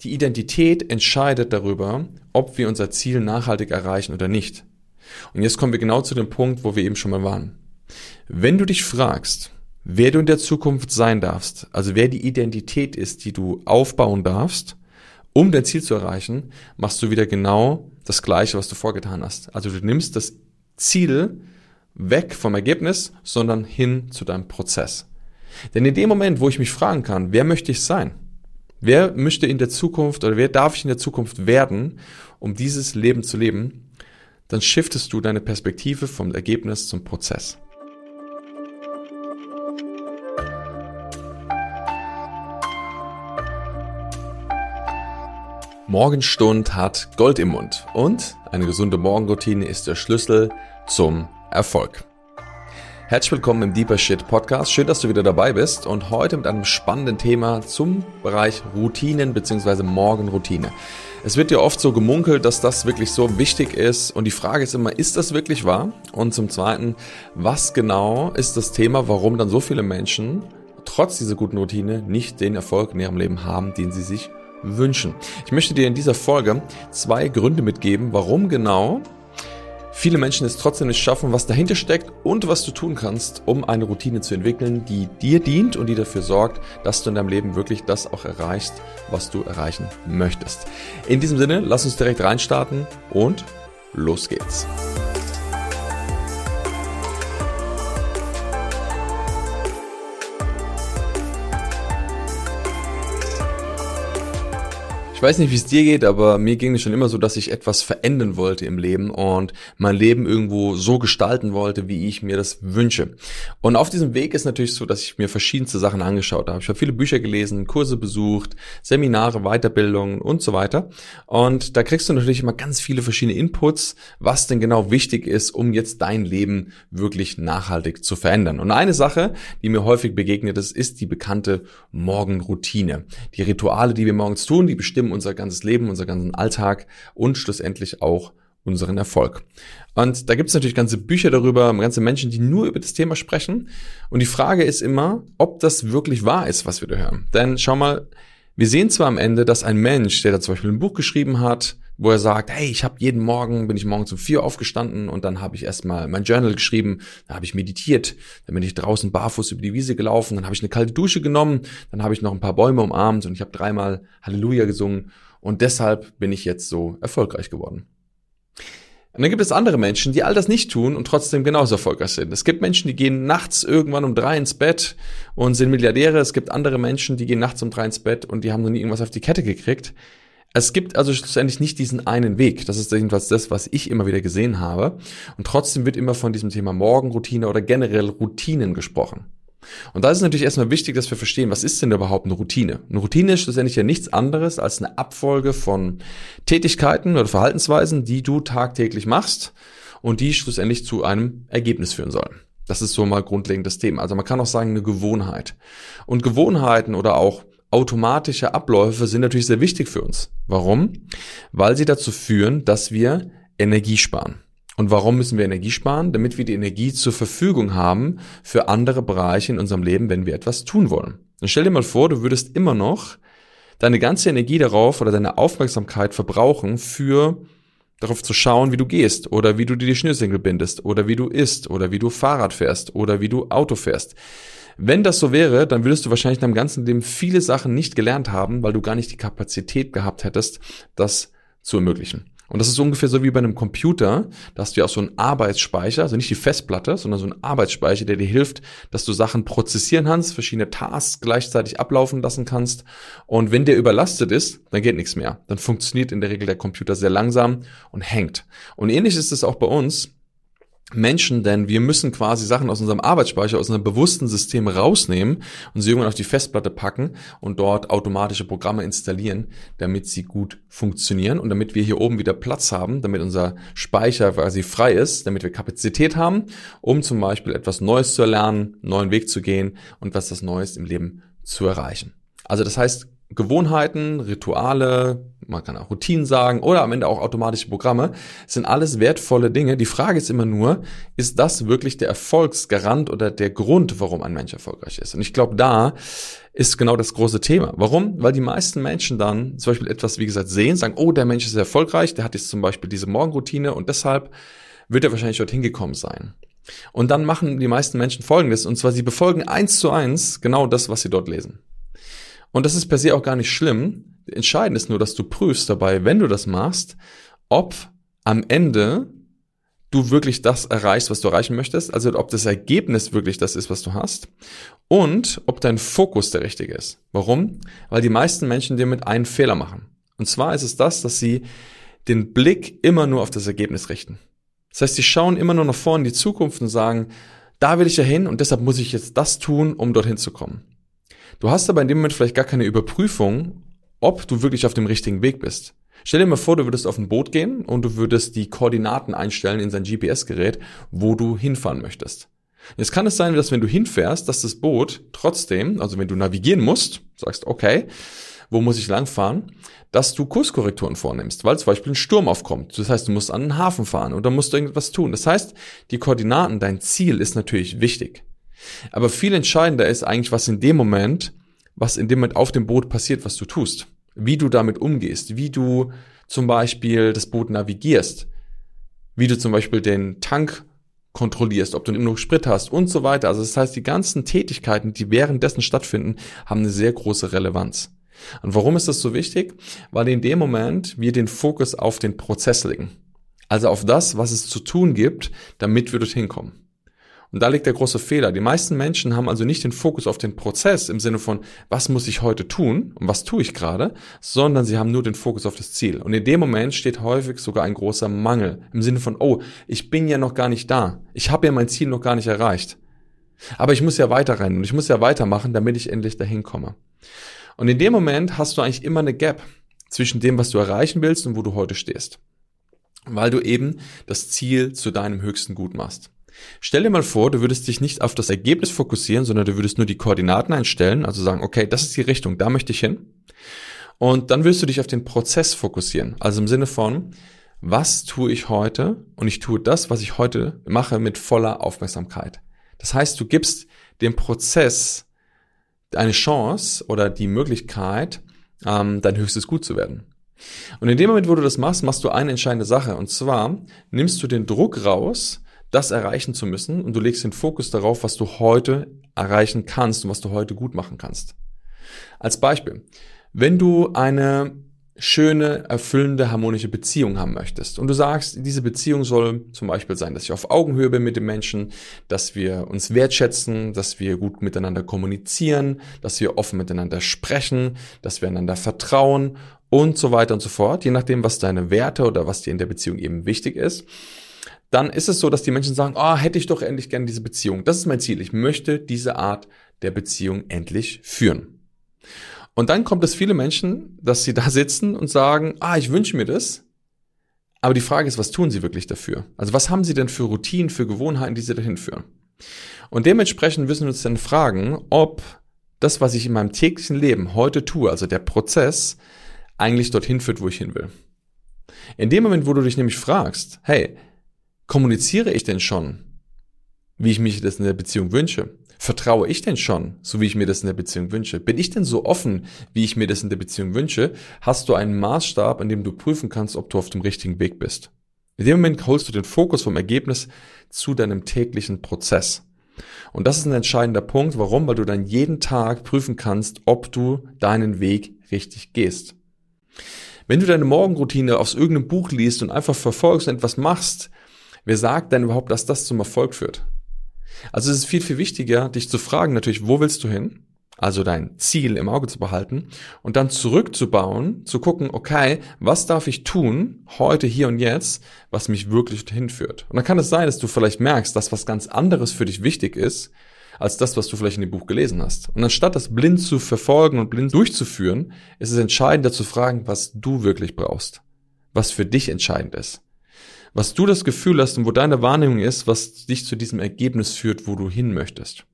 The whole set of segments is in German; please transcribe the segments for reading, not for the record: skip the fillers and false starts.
Die Identität entscheidet darüber, ob wir unser Ziel nachhaltig erreichen oder nicht. Und jetzt kommen wir genau zu dem Punkt, wo wir eben schon mal waren. Wenn du dich fragst, wer du in der Zukunft sein darfst, also wer die Identität ist, die du aufbauen darfst, um dein Ziel zu erreichen, machst du wieder genau das Gleiche, was du vorgetan hast. Also du nimmst das Ziel weg vom Ergebnis, sondern hin zu deinem Prozess. Denn in dem Moment, wo ich mich fragen kann, wer möchte ich sein? Wer möchte in der Zukunft oder wer darf ich in der Zukunft werden, um dieses Leben zu leben? Dann shiftest du deine Perspektive vom Ergebnis zum Prozess. Morgenstund hat Gold im Mund und eine gesunde Morgenroutine ist der Schlüssel zum Erfolg. Herzlich willkommen im Deeper Shit Podcast. Schön, dass du wieder dabei bist und heute mit einem spannenden Thema zum Bereich Routinen bzw. Morgenroutine. Es wird ja oft so gemunkelt, dass das wirklich so wichtig ist und die Frage ist immer, ist das wirklich wahr? Und zum Zweiten, was genau ist das Thema, warum dann so viele Menschen trotz dieser guten Routine nicht den Erfolg in ihrem Leben haben, den sie sich wünschen? Ich möchte dir in dieser Folge 2 Gründe mitgeben, warum genau viele Menschen es trotzdem nicht schaffen, was dahinter steckt und was du tun kannst, um eine Routine zu entwickeln, die dir dient und die dafür sorgt, dass du in deinem Leben wirklich das auch erreichst, was du erreichen möchtest. In diesem Sinne, lass uns direkt reinstarten und los geht's. Ich weiß nicht, wie es dir geht, aber mir ging es schon immer so, dass ich etwas verändern wollte im Leben und mein Leben irgendwo so gestalten wollte, wie ich mir das wünsche. Und auf diesem Weg ist natürlich so, dass ich mir verschiedenste Sachen angeschaut habe. Ich habe viele Bücher gelesen, Kurse besucht, Seminare, Weiterbildungen und so weiter. Und da kriegst du natürlich immer ganz viele verschiedene Inputs, was denn genau wichtig ist, um jetzt dein Leben wirklich nachhaltig zu verändern. Und eine Sache, die mir häufig begegnet ist die bekannte Morgenroutine. Die Rituale, die wir morgens tun, die bestimmen unser ganzes Leben, unseren ganzen Alltag und schlussendlich auch unseren Erfolg. Und da gibt es natürlich ganze Bücher darüber, ganze Menschen, die nur über das Thema sprechen. Und die Frage ist immer, ob das wirklich wahr ist, was wir da hören. Denn schau mal, wir sehen zwar am Ende, dass ein Mensch, der da zum Beispiel ein Buch geschrieben hat, wo er sagt, hey, bin ich morgens um 4 Uhr aufgestanden und dann habe ich erstmal mein Journal geschrieben, dann habe ich meditiert, dann bin ich draußen barfuß über die Wiese gelaufen, dann habe ich eine kalte Dusche genommen, dann habe ich noch ein paar Bäume umarmt und ich habe 3-mal Halleluja gesungen und deshalb bin ich jetzt so erfolgreich geworden. Und dann gibt es andere Menschen, die all das nicht tun und trotzdem genauso erfolgreich sind. Es gibt Menschen, die gehen nachts irgendwann um 3 ins Bett und sind Milliardäre. Es gibt andere Menschen, die gehen nachts um 3 ins Bett und die haben noch nie irgendwas auf die Kette gekriegt. Es gibt also schlussendlich nicht diesen einen Weg. Das ist jedenfalls das, was ich immer wieder gesehen habe. Und trotzdem wird immer von diesem Thema Morgenroutine oder generell Routinen gesprochen. Und da ist es natürlich erstmal wichtig, dass wir verstehen, was ist denn überhaupt eine Routine? Eine Routine ist schlussendlich ja nichts anderes als eine Abfolge von Tätigkeiten oder Verhaltensweisen, die du tagtäglich machst und die schlussendlich zu einem Ergebnis führen sollen. Das ist so mal grundlegend das Thema. Also man kann auch sagen, eine Gewohnheit. Und Gewohnheiten oder auch automatische Abläufe sind natürlich sehr wichtig für uns. Warum? Weil sie dazu führen, dass wir Energie sparen. Und warum müssen wir Energie sparen? Damit wir die Energie zur Verfügung haben für andere Bereiche in unserem Leben, wenn wir etwas tun wollen. Und stell dir mal vor, du würdest immer noch deine ganze Energie darauf oder deine Aufmerksamkeit verbrauchen, darauf zu schauen, wie du gehst oder wie du dir die Schnürsenkel bindest oder wie du isst oder wie du Fahrrad fährst oder wie du Auto fährst. Wenn das so wäre, dann würdest du wahrscheinlich in deinem ganzen Leben viele Sachen nicht gelernt haben, weil du gar nicht die Kapazität gehabt hättest, das zu ermöglichen. Und das ist ungefähr so wie bei einem Computer, da hast du ja auch so einen Arbeitsspeicher, also nicht die Festplatte, sondern so einen Arbeitsspeicher, der dir hilft, dass du Sachen prozessieren kannst, verschiedene Tasks gleichzeitig ablaufen lassen kannst. Und wenn der überlastet ist, dann geht nichts mehr. Dann funktioniert in der Regel der Computer sehr langsam und hängt. Und ähnlich ist es auch bei uns Menschen, denn wir müssen quasi Sachen aus unserem Arbeitsspeicher, aus unserem bewussten System rausnehmen und sie irgendwann auf die Festplatte packen und dort automatische Programme installieren, damit sie gut funktionieren und damit wir hier oben wieder Platz haben, damit unser Speicher quasi frei ist, damit wir Kapazität haben, um zum Beispiel etwas Neues zu erlernen, einen neuen Weg zu gehen und was das Neues im Leben zu erreichen. Also das heißt, Gewohnheiten, Rituale, man kann auch Routinen sagen oder am Ende auch automatische Programme, sind alles wertvolle Dinge. Die Frage ist immer nur, ist das wirklich der Erfolgsgarant oder der Grund, warum ein Mensch erfolgreich ist? Und ich glaube, da ist genau das große Thema. Warum? Weil die meisten Menschen dann zum Beispiel etwas, wie gesagt, sehen, sagen, oh, der Mensch ist erfolgreich, der hat jetzt zum Beispiel diese Morgenroutine und deshalb wird er wahrscheinlich dorthin gekommen sein. Und dann machen die meisten Menschen Folgendes, und zwar sie befolgen 1:1 genau das, was sie dort lesen. Und das ist per se auch gar nicht schlimm. Entscheidend ist nur, dass du prüfst dabei, wenn du das machst, ob am Ende du wirklich das erreichst, was du erreichen möchtest, also ob das Ergebnis wirklich das ist, was du hast, und ob dein Fokus der richtige ist. Warum? Weil die meisten Menschen damit einen Fehler machen. Und zwar ist es das, dass sie den Blick immer nur auf das Ergebnis richten. Das heißt, sie schauen immer nur nach vorne in die Zukunft und sagen, da will ich ja hin und deshalb muss ich jetzt das tun, um dorthin zu kommen. Du hast aber in dem Moment vielleicht gar keine Überprüfung, ob du wirklich auf dem richtigen Weg bist. Stell dir mal vor, du würdest auf ein Boot gehen und du würdest die Koordinaten einstellen in sein GPS-Gerät, wo du hinfahren möchtest. Jetzt kann es sein, dass wenn du hinfährst, dass das Boot trotzdem, also wenn du navigieren musst, sagst, okay, wo muss ich langfahren, dass du Kurskorrekturen vornimmst, weil zum Beispiel ein Sturm aufkommt. Das heißt, du musst an den Hafen fahren oder musst du irgendwas tun. Das heißt, die Koordinaten, dein Ziel ist natürlich wichtig. Aber viel entscheidender ist eigentlich, was in dem Moment auf dem Boot passiert, was du tust. Wie du damit umgehst, wie du zum Beispiel das Boot navigierst, wie du zum Beispiel den Tank kontrollierst, ob du genug Sprit hast und so weiter. Also das heißt, die ganzen Tätigkeiten, die währenddessen stattfinden, haben eine sehr große Relevanz. Und warum ist das so wichtig? Weil in dem Moment wir den Fokus auf den Prozess legen. Also auf das, was es zu tun gibt, damit wir dorthin kommen. Und da liegt der große Fehler. Die meisten Menschen haben also nicht den Fokus auf den Prozess im Sinne von, was muss ich heute tun und was tue ich gerade, sondern sie haben nur den Fokus auf das Ziel. Und in dem Moment steht häufig sogar ein großer Mangel im Sinne von, oh, ich bin ja noch gar nicht da. Ich habe ja mein Ziel noch gar nicht erreicht. Aber ich muss ja weiterrennen und ich muss ja weitermachen, damit ich endlich dahin komme. Und in dem Moment hast du eigentlich immer eine Gap zwischen dem, was du erreichen willst und wo du heute stehst. Weil du eben das Ziel zu deinem höchsten Gut machst. Stell dir mal vor, du würdest dich nicht auf das Ergebnis fokussieren, sondern du würdest nur die Koordinaten einstellen, also sagen, okay, das ist die Richtung, da möchte ich hin. Und dann würdest du dich auf den Prozess fokussieren, also im Sinne von, was tue ich heute? Und ich tue das, was ich heute mache, mit voller Aufmerksamkeit. Das heißt, du gibst dem Prozess eine Chance oder die Möglichkeit, dein höchstes Gut zu werden. Und in dem Moment, wo du das machst, machst du eine entscheidende Sache. Und zwar nimmst du den Druck raus, das erreichen zu müssen, und du legst den Fokus darauf, was du heute erreichen kannst und was du heute gut machen kannst. Als Beispiel, wenn du eine schöne, erfüllende, harmonische Beziehung haben möchtest und du sagst, diese Beziehung soll zum Beispiel sein, dass ich auf Augenhöhe bin mit dem Menschen, dass wir uns wertschätzen, dass wir gut miteinander kommunizieren, dass wir offen miteinander sprechen, dass wir einander vertrauen und so weiter und so fort, je nachdem, was deine Werte oder was dir in der Beziehung eben wichtig ist, dann ist es so, dass die Menschen sagen, hätte ich doch endlich gerne diese Beziehung. Das ist mein Ziel. Ich möchte diese Art der Beziehung endlich führen. Und dann kommt es viele Menschen, dass sie da sitzen und sagen, ich wünsche mir das. Aber die Frage ist, was tun sie wirklich dafür? Also was haben sie denn für Routinen, für Gewohnheiten, die sie dahin führen? Und dementsprechend müssen wir uns dann fragen, ob das, was ich in meinem täglichen Leben heute tue, also der Prozess, eigentlich dorthin führt, wo ich hin will. In dem Moment, wo du dich nämlich fragst, hey, kommuniziere ich denn schon, wie ich mich das in der Beziehung wünsche? Vertraue ich denn schon, so wie ich mir das in der Beziehung wünsche? Bin ich denn so offen, wie ich mir das in der Beziehung wünsche? Hast du einen Maßstab, an dem du prüfen kannst, ob du auf dem richtigen Weg bist? In dem Moment holst du den Fokus vom Ergebnis zu deinem täglichen Prozess. Und das ist ein entscheidender Punkt. Warum? Weil du dann jeden Tag prüfen kannst, ob du deinen Weg richtig gehst. Wenn du deine Morgenroutine aus irgendeinem Buch liest und einfach verfolgst und etwas machst, wer sagt denn überhaupt, dass das zum Erfolg führt? Also es ist viel, viel wichtiger, dich zu fragen natürlich, wo willst du hin? Also dein Ziel im Auge zu behalten und dann zurückzubauen, zu gucken, okay, was darf ich tun, heute, hier und jetzt, was mich wirklich hinführt? Und dann kann es sein, dass du vielleicht merkst, dass was ganz anderes für dich wichtig ist, als das, was du vielleicht in dem Buch gelesen hast. Und anstatt das blind zu verfolgen und blind durchzuführen, ist es entscheidender zu fragen, was du wirklich brauchst, was für dich entscheidend ist. Was du das Gefühl hast und wo deine Wahrnehmung ist, was dich zu diesem Ergebnis führt, wo du hin möchtest.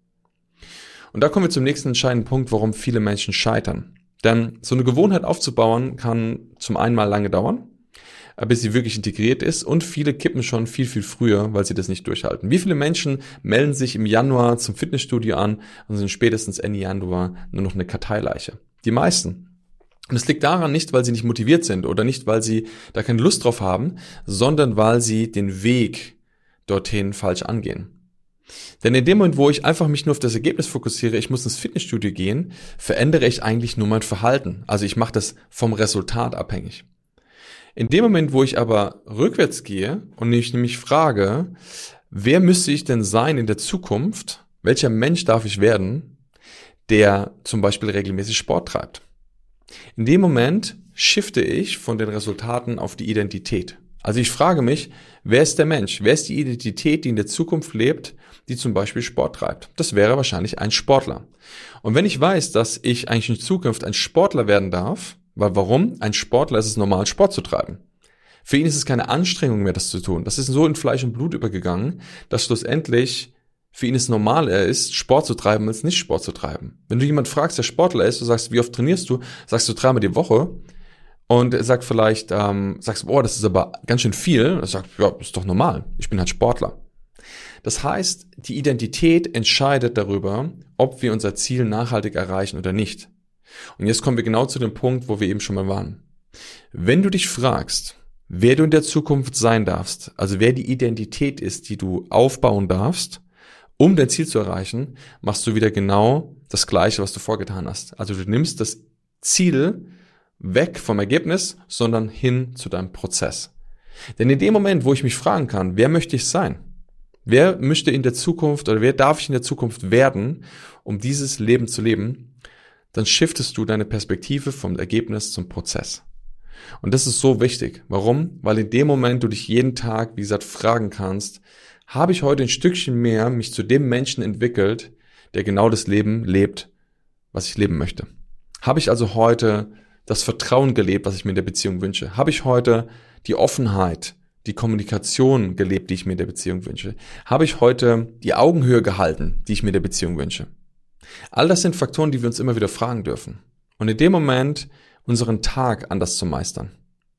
Und da kommen wir zum nächsten entscheidenden Punkt, warum viele Menschen scheitern. Denn so eine Gewohnheit aufzubauen kann zum einen mal lange dauern, bis sie wirklich integriert ist, und viele kippen schon viel, viel früher, weil sie das nicht durchhalten. Wie viele Menschen melden sich im Januar zum Fitnessstudio an und sind spätestens Ende Januar nur noch eine Karteileiche? Die meisten. Und es liegt daran nicht, weil sie nicht motiviert sind oder nicht, weil sie da keine Lust drauf haben, sondern weil sie den Weg dorthin falsch angehen. Denn in dem Moment, wo ich einfach mich nur auf das Ergebnis fokussiere, ich muss ins Fitnessstudio gehen, verändere ich eigentlich nur mein Verhalten. Also ich mache das vom Resultat abhängig. In dem Moment, wo ich aber rückwärts gehe und ich nämlich frage, wer müsste ich denn sein in der Zukunft, welcher Mensch darf ich werden, der zum Beispiel regelmäßig Sport treibt. In dem Moment shifte ich von den Resultaten auf die Identität. Also ich frage mich, wer ist der Mensch? Wer ist die Identität, die in der Zukunft lebt, die zum Beispiel Sport treibt? Das wäre wahrscheinlich ein Sportler. Und wenn ich weiß, dass ich eigentlich in Zukunft ein Sportler werden darf, weil warum? Ein Sportler ist es normal, Sport zu treiben. Für ihn ist es keine Anstrengung mehr, das zu tun. Das ist so in Fleisch und Blut übergegangen, dass schlussendlich für ihn es normaler ist, Sport zu treiben, als nicht Sport zu treiben. Wenn du jemand fragst, der Sportler ist, du sagst, wie oft trainierst du? Sagst du 3-mal die Woche. Und er sagt vielleicht, sagst du, boah, das ist aber ganz schön viel. Er sagt, ja, ist doch normal. Ich bin halt Sportler. Das heißt, die Identität entscheidet darüber, ob wir unser Ziel nachhaltig erreichen oder nicht. Und jetzt kommen wir genau zu dem Punkt, wo wir eben schon mal waren. Wenn du dich fragst, wer du in der Zukunft sein darfst, also wer die Identität ist, die du aufbauen darfst, um dein Ziel zu erreichen, machst du wieder genau das Gleiche, was du vorgetan hast. Also du nimmst das Ziel weg vom Ergebnis, sondern hin zu deinem Prozess. Denn in dem Moment, wo ich mich fragen kann, wer möchte ich sein? Wer möchte in der Zukunft oder wer darf ich in der Zukunft werden, um dieses Leben zu leben, dann shiftest du deine Perspektive vom Ergebnis zum Prozess. Und das ist so wichtig. Warum? Weil in dem Moment du dich jeden Tag, wie gesagt, fragen kannst, habe ich heute ein Stückchen mehr mich zu dem Menschen entwickelt, der genau das Leben lebt, was ich leben möchte? Habe ich also heute das Vertrauen gelebt, was ich mir in der Beziehung wünsche? Habe ich heute die Offenheit, die Kommunikation gelebt, die ich mir in der Beziehung wünsche? Habe ich heute die Augenhöhe gehalten, die ich mir in der Beziehung wünsche? All das sind Faktoren, die wir uns immer wieder fragen dürfen. Und in dem Moment unseren Tag anders zu meistern.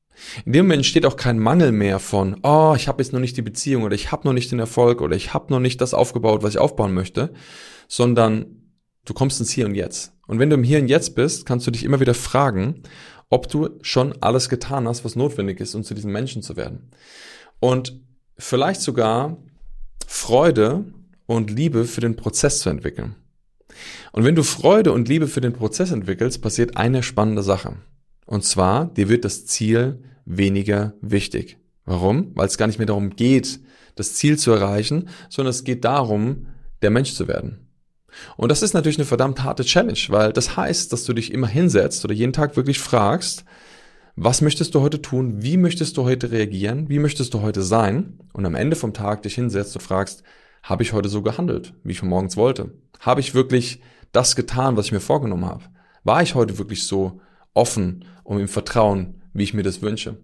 In dem Moment entsteht auch kein Mangel mehr von, oh, ich habe jetzt noch nicht die Beziehung oder ich habe noch nicht den Erfolg oder ich habe noch nicht das aufgebaut, was ich aufbauen möchte, sondern du kommst ins Hier und Jetzt. Und wenn du im Hier und Jetzt bist, kannst du dich immer wieder fragen, ob du schon alles getan hast, was notwendig ist, um zu diesem Menschen zu werden. Und vielleicht sogar Freude und Liebe für den Prozess zu entwickeln. Und wenn du Freude und Liebe für den Prozess entwickelst, passiert eine spannende Sache. Und zwar, dir wird das Ziel weniger wichtig. Warum? Weil es gar nicht mehr darum geht, das Ziel zu erreichen, sondern es geht darum, der Mensch zu werden. Und das ist natürlich eine verdammt harte Challenge, weil das heißt, dass du dich immer hinsetzt oder jeden Tag wirklich fragst, was möchtest du heute tun? Wie möchtest du heute reagieren? Wie möchtest du heute sein? Und am Ende vom Tag dich hinsetzt und fragst, habe ich heute so gehandelt, wie ich morgens wollte? Habe ich wirklich das getan, was ich mir vorgenommen habe? War ich heute wirklich so offen und im Vertrauen, wie ich mir das wünsche?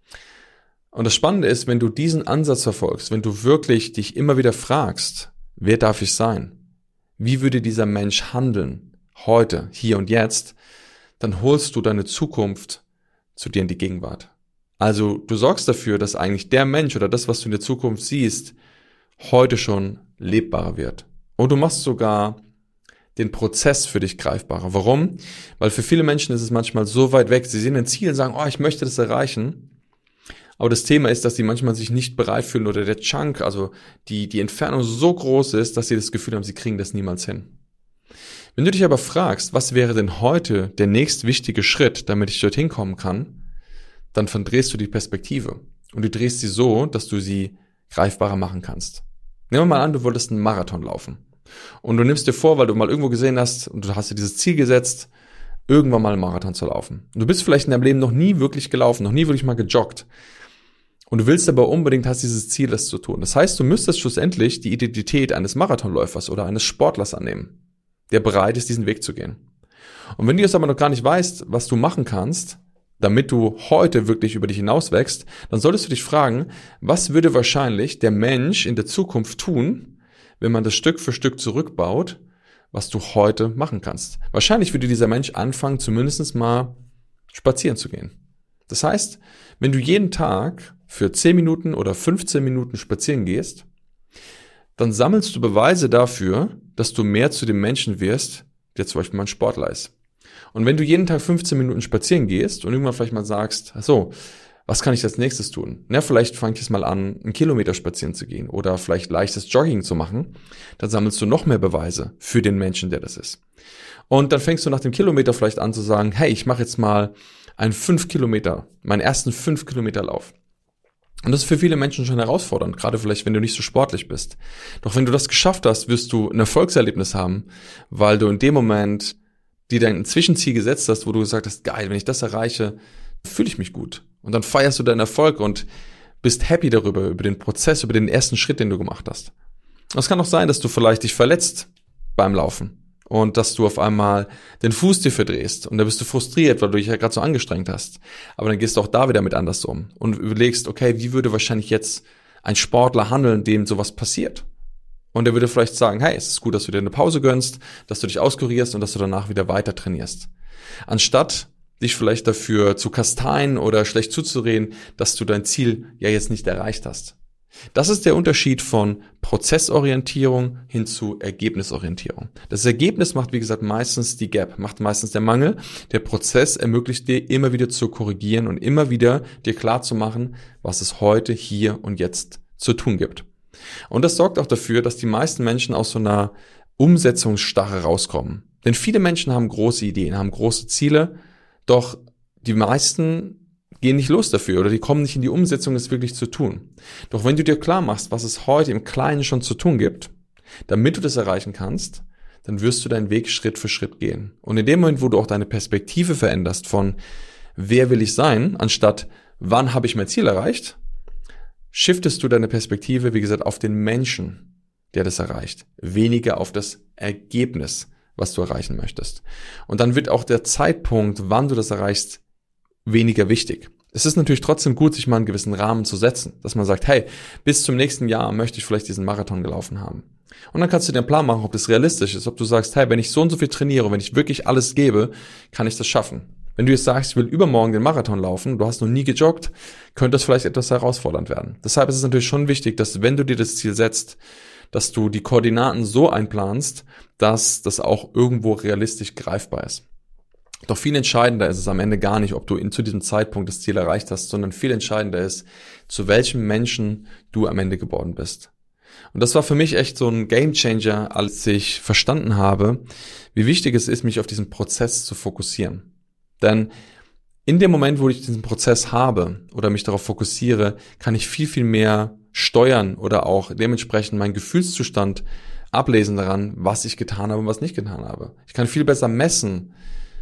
Und das Spannende ist, wenn du diesen Ansatz verfolgst, wenn du wirklich dich immer wieder fragst, wer darf ich sein? Wie würde dieser Mensch handeln, heute, hier und jetzt? Dann holst du deine Zukunft zu dir in die Gegenwart. Also du sorgst dafür, dass eigentlich der Mensch oder das, was du in der Zukunft siehst, heute schon lebbarer wird. Und du machst sogar den Prozess für dich greifbarer. Warum? Weil für viele Menschen ist es manchmal so weit weg. Sie sehen ein Ziel und sagen, oh, ich möchte das erreichen. Aber das Thema ist, dass die manchmal sich nicht bereit fühlen oder der Chunk, also die Entfernung so groß ist, dass sie das Gefühl haben, sie kriegen das niemals hin. Wenn du dich aber fragst, was wäre denn heute der nächst wichtige Schritt, damit ich dorthin kommen kann, dann verdrehst du die Perspektive. Und du drehst sie so, dass du sie greifbarer machen kannst. Nehmen wir mal an, du wolltest einen Marathon laufen. Und du nimmst dir vor, weil du mal irgendwo gesehen hast und du hast dir dieses Ziel gesetzt, irgendwann mal einen Marathon zu laufen. Und du bist vielleicht in deinem Leben noch nie wirklich gelaufen, noch nie wirklich mal gejoggt. Und du willst aber unbedingt, hast dieses Ziel, das zu tun. Das heißt, du müsstest schlussendlich die Identität eines Marathonläufers oder eines Sportlers annehmen, der bereit ist, diesen Weg zu gehen. Und wenn du jetzt aber noch gar nicht weißt, was du machen kannst, damit du heute wirklich über dich hinauswächst, dann solltest du dich fragen, was würde wahrscheinlich der Mensch in der Zukunft tun, wenn man das Stück für Stück zurückbaut, was du heute machen kannst. Wahrscheinlich würde dieser Mensch anfangen, zumindest mal spazieren zu gehen. Das heißt, wenn du jeden Tag für 10 Minuten oder 15 Minuten spazieren gehst, dann sammelst du Beweise dafür, dass du mehr zu dem Menschen wirst, der zum Beispiel mal ein Sportler ist. Und wenn du jeden Tag 15 Minuten spazieren gehst und irgendwann vielleicht mal sagst, ach so, was kann ich als nächstes tun? Na, vielleicht fange ich jetzt mal an, 1 Kilometer spazieren zu gehen oder vielleicht leichtes Jogging zu machen. Dann sammelst du noch mehr Beweise für den Menschen, der das ist. Und dann fängst du nach dem Kilometer vielleicht an zu sagen, hey, ich mache jetzt mal meinen ersten 5 Kilometer Lauf. Und das ist für viele Menschen schon herausfordernd, gerade vielleicht, wenn du nicht so sportlich bist. Doch wenn du das geschafft hast, wirst du ein Erfolgserlebnis haben, weil du in dem Moment dir dein Zwischenziel gesetzt hast, wo du gesagt hast, geil, wenn ich das erreiche, fühle ich mich gut. Und dann feierst du deinen Erfolg und bist happy darüber, über den Prozess, über den ersten Schritt, den du gemacht hast. Es kann auch sein, dass du vielleicht dich verletzt beim Laufen und dass du auf einmal den Fuß dir verdrehst und da bist du frustriert, weil du dich ja gerade so angestrengt hast. Aber dann gehst du auch da wieder mit anders um und überlegst, okay, wie würde wahrscheinlich jetzt ein Sportler handeln, dem sowas passiert? Und er würde vielleicht sagen, hey, es ist gut, dass du dir eine Pause gönnst, dass du dich auskurierst und dass du danach wieder weiter trainierst. Anstatt dich vielleicht dafür zu kasteien oder schlecht zuzureden, dass du dein Ziel ja jetzt nicht erreicht hast. Das ist der Unterschied von Prozessorientierung hin zu Ergebnisorientierung. Das Ergebnis macht, wie gesagt, meistens die Gap, macht meistens der Mangel. Der Prozess ermöglicht dir, immer wieder zu korrigieren und immer wieder dir klarzumachen, was es heute, hier und jetzt zu tun gibt. Und das sorgt auch dafür, dass die meisten Menschen aus so einer Umsetzungsstarre rauskommen. Denn viele Menschen haben große Ideen, haben große Ziele, doch die meisten gehen nicht los dafür oder die kommen nicht in die Umsetzung, es wirklich zu tun. Doch wenn du dir klar machst, was es heute im Kleinen schon zu tun gibt, damit du das erreichen kannst, dann wirst du deinen Weg Schritt für Schritt gehen. Und in dem Moment, wo du auch deine Perspektive veränderst von wer will ich sein, anstatt wann habe ich mein Ziel erreicht, shiftest du deine Perspektive, wie gesagt, auf den Menschen, der das erreicht, weniger auf das Ergebnis, was du erreichen möchtest. Und dann wird auch der Zeitpunkt, wann du das erreichst, weniger wichtig. Es ist natürlich trotzdem gut, sich mal einen gewissen Rahmen zu setzen, dass man sagt, hey, bis zum nächsten Jahr möchte ich vielleicht diesen Marathon gelaufen haben. Und dann kannst du dir einen Plan machen, ob das realistisch ist, ob du sagst, hey, wenn ich so und so viel trainiere, wenn ich wirklich alles gebe, kann ich das schaffen. Wenn du jetzt sagst, ich will übermorgen den Marathon laufen, du hast noch nie gejoggt, könnte das vielleicht etwas herausfordernd werden. Deshalb ist es natürlich schon wichtig, dass wenn du dir das Ziel setzt, dass du die Koordinaten so einplanst, dass das auch irgendwo realistisch greifbar ist. Doch viel entscheidender ist es am Ende gar nicht, ob du zu diesem Zeitpunkt das Ziel erreicht hast, sondern viel entscheidender ist, zu welchem Menschen du am Ende geworden bist. Und das war für mich echt so ein Gamechanger, als ich verstanden habe, wie wichtig es ist, mich auf diesen Prozess zu fokussieren. Denn in dem Moment, wo ich diesen Prozess habe oder mich darauf fokussiere, kann ich viel, viel mehr steuern oder auch dementsprechend meinen Gefühlszustand ablesen daran, was ich getan habe und was nicht getan habe. Ich kann viel besser messen,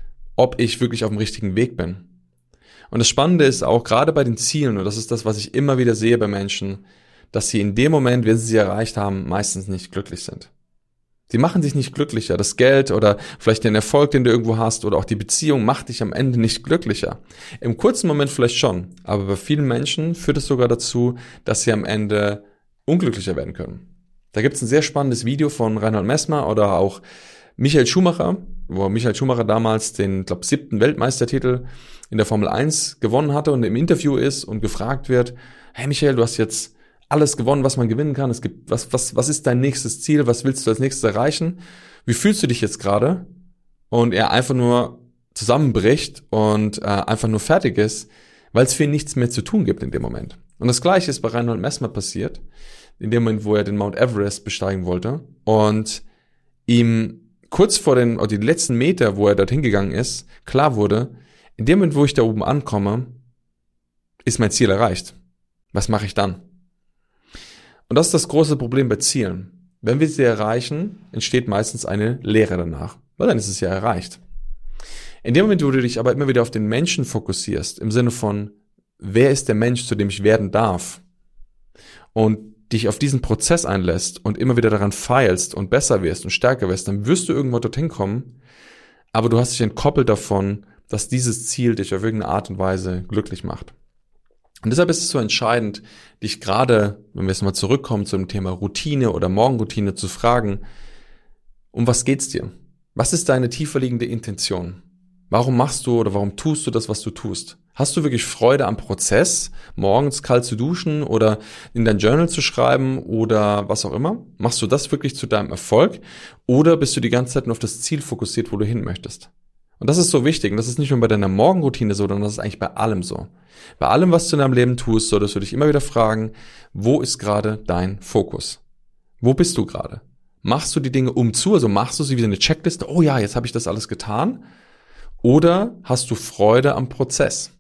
ob ich wirklich auf dem richtigen Weg bin. Und das Spannende ist auch gerade bei den Zielen, und das ist das, was ich immer wieder sehe bei Menschen, dass sie in dem Moment, wenn sie erreicht haben, meistens nicht glücklich sind. Sie machen dich nicht glücklicher. Das Geld oder vielleicht den Erfolg, den du irgendwo hast oder auch die Beziehung macht dich am Ende nicht glücklicher. Im kurzen Moment vielleicht schon, aber bei vielen Menschen führt es sogar dazu, dass sie am Ende unglücklicher werden können. Da gibt es ein sehr spannendes Video von Reinhold Messner oder auch Michael Schumacher, wo Michael Schumacher damals den, 7. Weltmeistertitel in der Formel 1 gewonnen hatte und im Interview ist und gefragt wird, hey Michael, du hast jetzt alles gewonnen, was man gewinnen kann. Es gibt, was ist dein nächstes Ziel? Was willst du als nächstes erreichen? Wie fühlst du dich jetzt gerade? Und er einfach nur zusammenbricht und einfach nur fertig ist, weil es für ihn nichts mehr zu tun gibt in dem Moment. Und das Gleiche ist bei Reinhold Messner passiert, in dem Moment, wo er den Mount Everest besteigen wollte und ihm kurz vor die letzten Meter, wo er dorthin gegangen ist, klar wurde, in dem Moment, wo ich da oben ankomme, ist mein Ziel erreicht. Was mache ich dann? Und das ist das große Problem bei Zielen. Wenn wir sie erreichen, entsteht meistens eine Leere danach, weil dann ist es ja erreicht. In dem Moment, wo du dich aber immer wieder auf den Menschen fokussierst, im Sinne von, wer ist der Mensch, zu dem ich werden darf, und dich auf diesen Prozess einlässt und immer wieder daran feilst und besser wirst und stärker wirst, dann wirst du irgendwo dorthin kommen, aber du hast dich entkoppelt davon, dass dieses Ziel dich auf irgendeine Art und Weise glücklich macht. Und deshalb ist es so entscheidend, dich gerade, wenn wir jetzt mal zurückkommen zum Thema Routine oder Morgenroutine, zu fragen, um was geht's dir? Was ist deine tiefer liegende Intention? Warum machst du oder warum tust du das, was du tust? Hast du wirklich Freude am Prozess, morgens kalt zu duschen oder in dein Journal zu schreiben oder was auch immer? Machst du das wirklich zu deinem Erfolg oder bist du die ganze Zeit nur auf das Ziel fokussiert, wo du hin möchtest? Und das ist so wichtig und das ist nicht nur bei deiner Morgenroutine so, sondern das ist eigentlich bei allem so. Bei allem, was du in deinem Leben tust, solltest du dich immer wieder fragen, wo ist gerade dein Fokus? Wo bist du gerade? Machst du die Dinge also machst du sie wie eine Checkliste, oh ja, jetzt habe ich das alles getan? Oder hast du Freude am Prozess?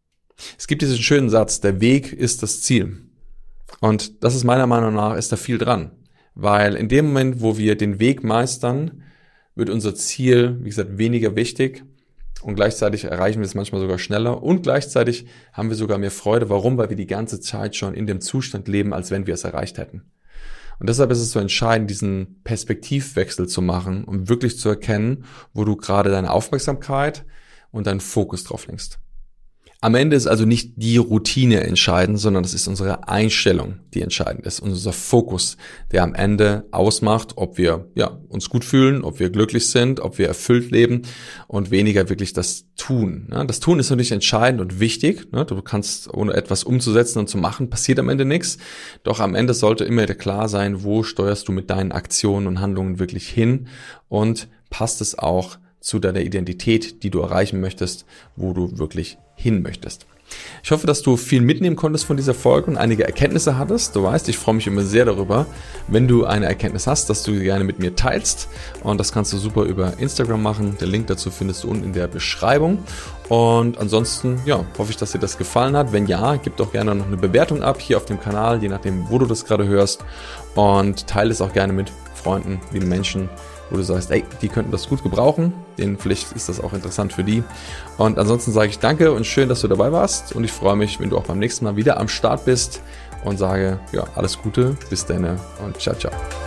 Es gibt diesen schönen Satz, der Weg ist das Ziel. Und das ist meiner Meinung nach, ist da viel dran. Weil in dem Moment, wo wir den Weg meistern, wird unser Ziel, wie gesagt, weniger wichtig. Und gleichzeitig erreichen wir es manchmal sogar schneller. Und gleichzeitig haben wir sogar mehr Freude. Warum? Weil wir die ganze Zeit schon in dem Zustand leben, als wenn wir es erreicht hätten. Und deshalb ist es so entscheidend, diesen Perspektivwechsel zu machen, um wirklich zu erkennen, wo du gerade deine Aufmerksamkeit und deinen Fokus drauf lenkst. Am Ende ist also nicht die Routine entscheidend, sondern es ist unsere Einstellung, die entscheidend ist. Und unser Fokus, der am Ende ausmacht, ob wir uns gut fühlen, ob wir glücklich sind, ob wir erfüllt leben und weniger wirklich das Tun. Das Tun ist natürlich entscheidend und wichtig. Du kannst, ohne etwas umzusetzen und zu machen, passiert am Ende nichts. Doch am Ende sollte immer wieder klar sein, wo steuerst du mit deinen Aktionen und Handlungen wirklich hin und passt es auch zu deiner Identität, die du erreichen möchtest, wo du wirklich hin möchtest. Ich hoffe, dass du viel mitnehmen konntest von dieser Folge und einige Erkenntnisse hattest. Du weißt, ich freue mich immer sehr darüber, wenn du eine Erkenntnis hast, dass du sie gerne mit mir teilst. Und das kannst du super über Instagram machen. Der Link dazu findest du unten in der Beschreibung. Und ansonsten, hoffe ich, dass dir das gefallen hat. Wenn ja, gib doch gerne noch eine Bewertung ab hier auf dem Kanal, je nachdem, wo du das gerade hörst. Und teile es auch gerne mit Freunden, lieben Menschen, wo du sagst, die könnten das gut gebrauchen, denen vielleicht ist das auch interessant für die. Und ansonsten sage ich danke und schön, dass du dabei warst und ich freue mich, wenn du auch beim nächsten Mal wieder am Start bist und sage, alles Gute, bis dann und ciao, ciao.